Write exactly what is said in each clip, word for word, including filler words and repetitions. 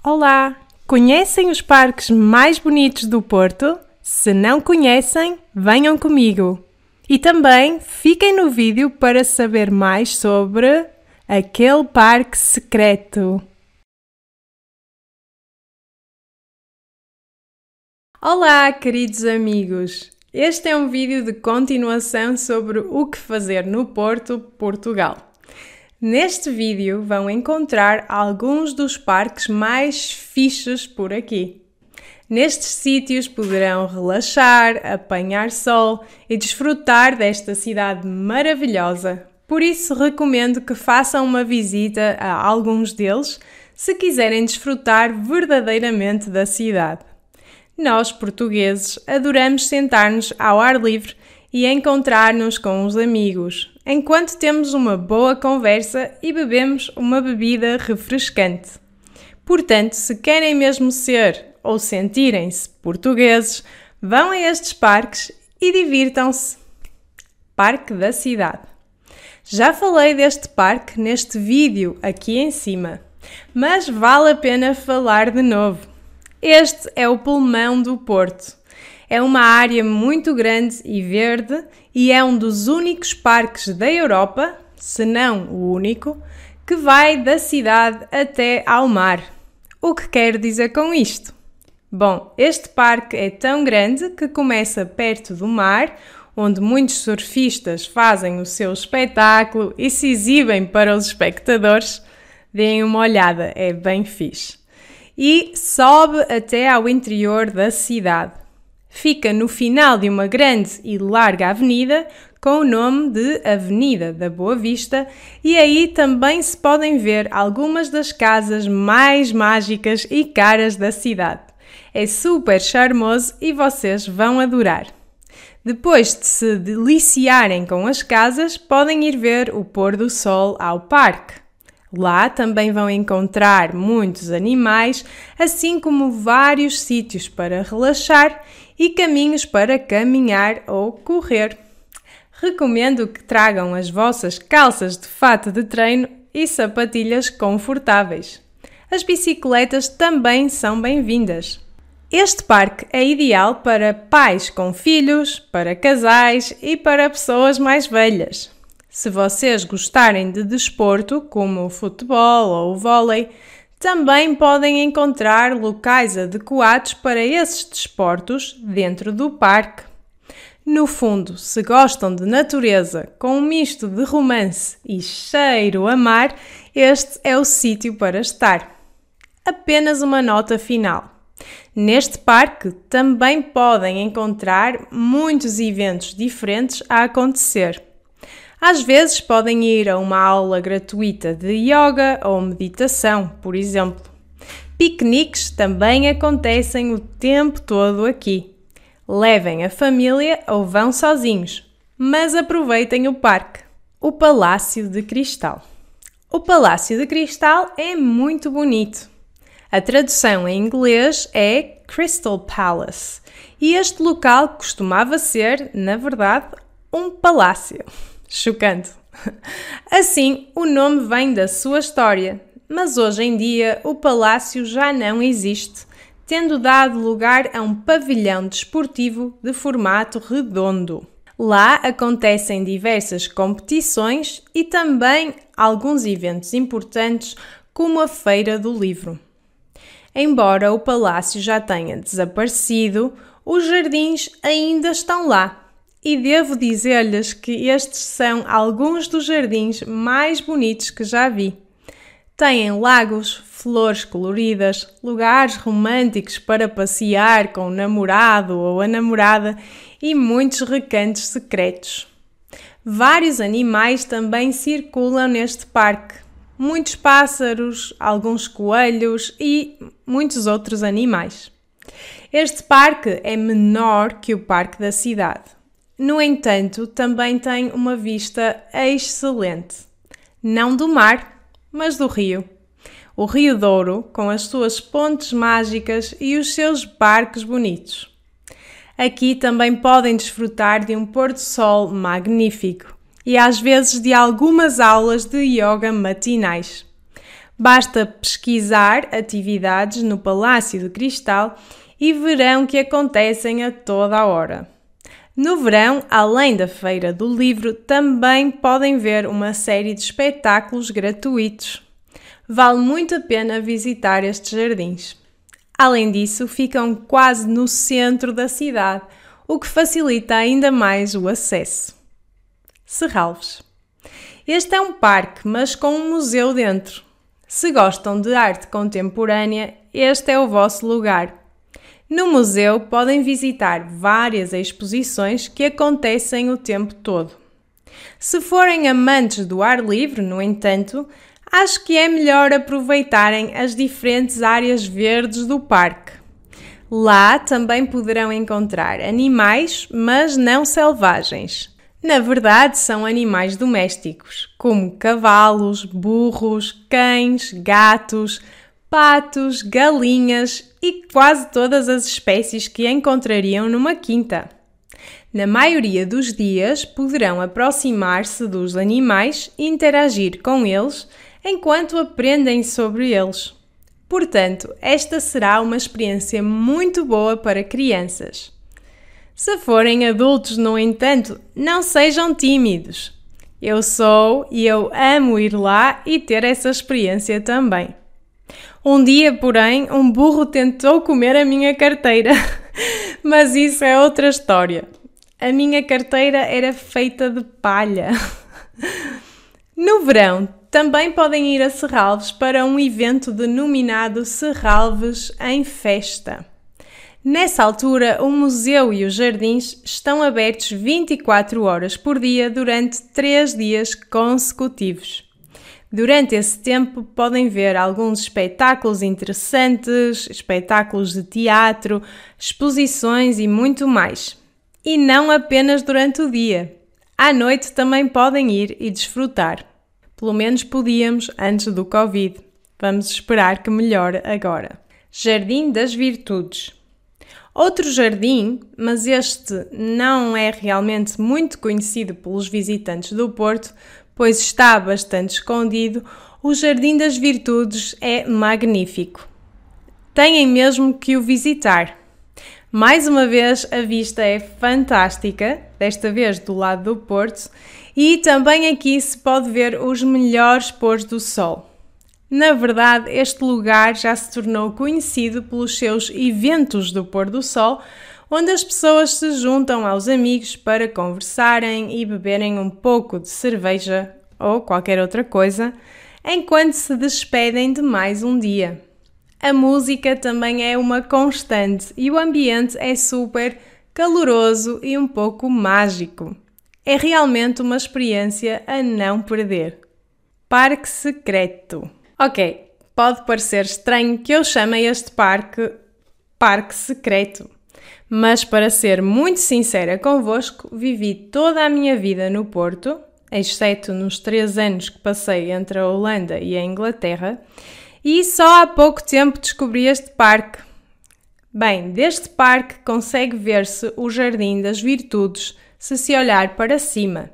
Olá! Conhecem os parques mais bonitos do Porto? Se não conhecem, venham comigo! E também fiquem no vídeo para saber mais sobre aquele parque secreto. Olá, queridos amigos! Este é um vídeo de continuação sobre o que fazer no Porto, Portugal. Neste vídeo vão encontrar alguns dos parques mais fixes por aqui. Nestes sítios poderão relaxar, apanhar sol e desfrutar desta cidade maravilhosa. Por isso recomendo que façam uma visita a alguns deles se quiserem desfrutar verdadeiramente da cidade. Nós, portugueses, adoramos sentar-nos ao ar livre e encontrar-nos com os amigos, enquanto temos uma boa conversa e bebemos uma bebida refrescante. Portanto, se querem mesmo ser ou sentirem-se portugueses, vão a estes parques e divirtam-se. Parque da Cidade. Já falei deste parque neste vídeo aqui em cima, mas vale a pena falar de novo. Este é o pulmão do Porto. É uma área muito grande e verde e é um dos únicos parques da Europa, se não o único, que vai da cidade até ao mar. O que quero dizer com isto? Bom, este parque é tão grande que começa perto do mar, onde muitos surfistas fazem o seu espetáculo e se exibem para os espectadores. Deem uma olhada, é bem fixe. E sobe até ao interior da cidade. Fica no final de uma grande e larga avenida com o nome de Avenida da Boa Vista e aí também se podem ver algumas das casas mais mágicas e caras da cidade. É super charmoso e vocês vão adorar. Depois de se deliciarem com as casas, podem ir ver o pôr do sol ao parque. Lá também vão encontrar muitos animais, assim como vários sítios para relaxar e caminhos para caminhar ou correr. Recomendo que tragam as vossas calças de fato de treino e sapatilhas confortáveis. As bicicletas também são bem-vindas. Este parque é ideal para pais com filhos, para casais e para pessoas mais velhas. Se vocês gostarem de desporto, como o futebol ou o vôlei, também podem encontrar locais adequados para esses desportos dentro do parque. No fundo, se gostam de natureza com um misto de romance e cheiro a mar, este é o sítio para estar. Apenas uma nota final. Neste parque também podem encontrar muitos eventos diferentes a acontecer. Às vezes podem ir a uma aula gratuita de yoga ou meditação, por exemplo. Piqueniques também acontecem o tempo todo aqui. Levem a família ou vão sozinhos, mas aproveitem o parque. O Palácio de Cristal. O Palácio de Cristal é muito bonito. A tradução em inglês é Crystal Palace e este local costumava ser, na verdade, um palácio. Chocante. Assim, o nome vem da sua história, mas hoje em dia o palácio já não existe, tendo dado lugar a um pavilhão desportivo de formato redondo. Lá acontecem diversas competições e também alguns eventos importantes, como a Feira do Livro. Embora o palácio já tenha desaparecido, os jardins ainda estão lá. E devo dizer-lhes que estes são alguns dos jardins mais bonitos que já vi. Têm lagos, flores coloridas, lugares românticos para passear com o namorado ou a namorada e muitos recantos secretos. Vários animais também circulam neste parque. Muitos pássaros, alguns coelhos e muitos outros animais. Este parque é menor que o Parque da Cidade. No entanto, também tem uma vista excelente. Não do mar, mas do rio. O Rio Douro, com as suas pontes mágicas e os seus barcos bonitos. Aqui também podem desfrutar de um pôr-do-sol magnífico e às vezes de algumas aulas de yoga matinais. Basta pesquisar atividades no Palácio do Cristal e verão que acontecem a toda a hora. No verão, além da Feira do Livro, também podem ver uma série de espetáculos gratuitos. Vale muito a pena visitar estes jardins. Além disso, ficam quase no centro da cidade, o que facilita ainda mais o acesso. Serralves. Este é um parque, mas com um museu dentro. Se gostam de arte contemporânea, este é o vosso lugar. No museu podem visitar várias exposições que acontecem o tempo todo. Se forem amantes do ar livre, no entanto, acho que é melhor aproveitarem as diferentes áreas verdes do parque. Lá também poderão encontrar animais, mas não selvagens. Na verdade, são animais domésticos, como cavalos, burros, cães, gatos, patos, galinhas e quase todas as espécies que encontrariam numa quinta. Na maioria dos dias, poderão aproximar-se dos animais e interagir com eles enquanto aprendem sobre eles. Portanto, esta será uma experiência muito boa para crianças. Se forem adultos, no entanto, não sejam tímidos. Eu sou e eu amo ir lá e ter essa experiência também. Um dia, porém, um burro tentou comer a minha carteira, mas isso é outra história. A minha carteira era feita de palha. No verão, também podem ir a Serralves para um evento denominado Serralves em Festa. Nessa altura, o museu e os jardins estão abertos vinte e quatro horas por dia durante três dias consecutivos. Durante esse tempo podem ver alguns espetáculos interessantes, espetáculos de teatro, exposições e muito mais. E não apenas durante o dia. À noite também podem ir e desfrutar. Pelo menos podíamos antes do Covid. Vamos esperar que melhore agora. Jardim das Virtudes. Outro jardim, mas este não é realmente muito conhecido pelos visitantes do Porto, pois está bastante escondido, o Jardim das Virtudes é magnífico. Têm mesmo que o visitar. Mais uma vez, a vista é fantástica, desta vez do lado do Porto, e também aqui se pode ver os melhores pôres do sol. Na verdade, este lugar já se tornou conhecido pelos seus eventos do pôr do sol, onde as pessoas se juntam aos amigos para conversarem e beberem um pouco de cerveja ou qualquer outra coisa, enquanto se despedem de mais um dia. A música também é uma constante e o ambiente é super caloroso e um pouco mágico. É realmente uma experiência a não perder. Parque Secreto. Ok, pode parecer estranho que eu chame este parque Parque Secreto, mas para ser muito sincera convosco, vivi toda a minha vida no Porto, exceto nos três anos que passei entre a Holanda e a Inglaterra, e só há pouco tempo descobri este parque. Bem, deste parque consegue ver-se o Jardim das Virtudes se se olhar para cima.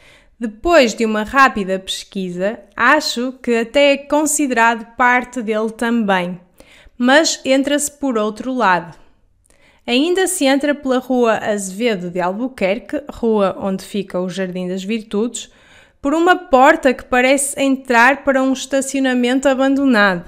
Depois de uma rápida pesquisa, acho que até é considerado parte dele também, mas entra-se por outro lado. Ainda se entra pela Rua Azevedo de Albuquerque, rua onde fica o Jardim das Virtudes, por uma porta que parece entrar para um estacionamento abandonado.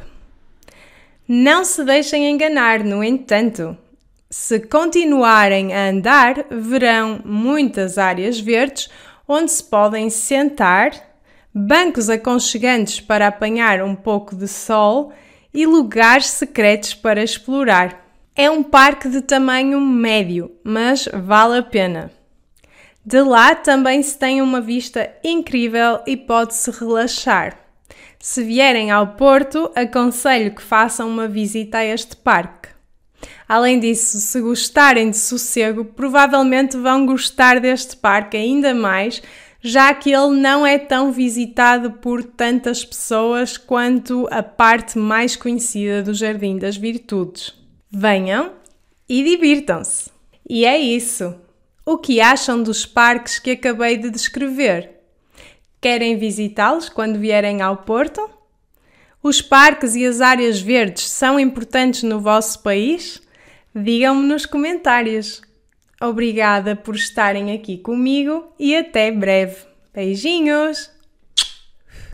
Não se deixem enganar, no entanto. Se continuarem a andar, verão muitas áreas verdes onde se podem sentar, bancos aconchegantes para apanhar um pouco de sol e lugares secretos para explorar. É um parque de tamanho médio, mas vale a pena. De lá também se tem uma vista incrível e pode-se relaxar. Se vierem ao Porto, aconselho que façam uma visita a este parque. Além disso, se gostarem de sossego, provavelmente vão gostar deste parque ainda mais, já que ele não é tão visitado por tantas pessoas quanto a parte mais conhecida do Jardim das Virtudes. Venham e divirtam-se! E é isso! O que acham dos parques que acabei de descrever? Querem visitá-los quando vierem ao Porto? Os parques e as áreas verdes são importantes no vosso país? Digam-me nos comentários. Obrigada por estarem aqui comigo e até breve. Beijinhos!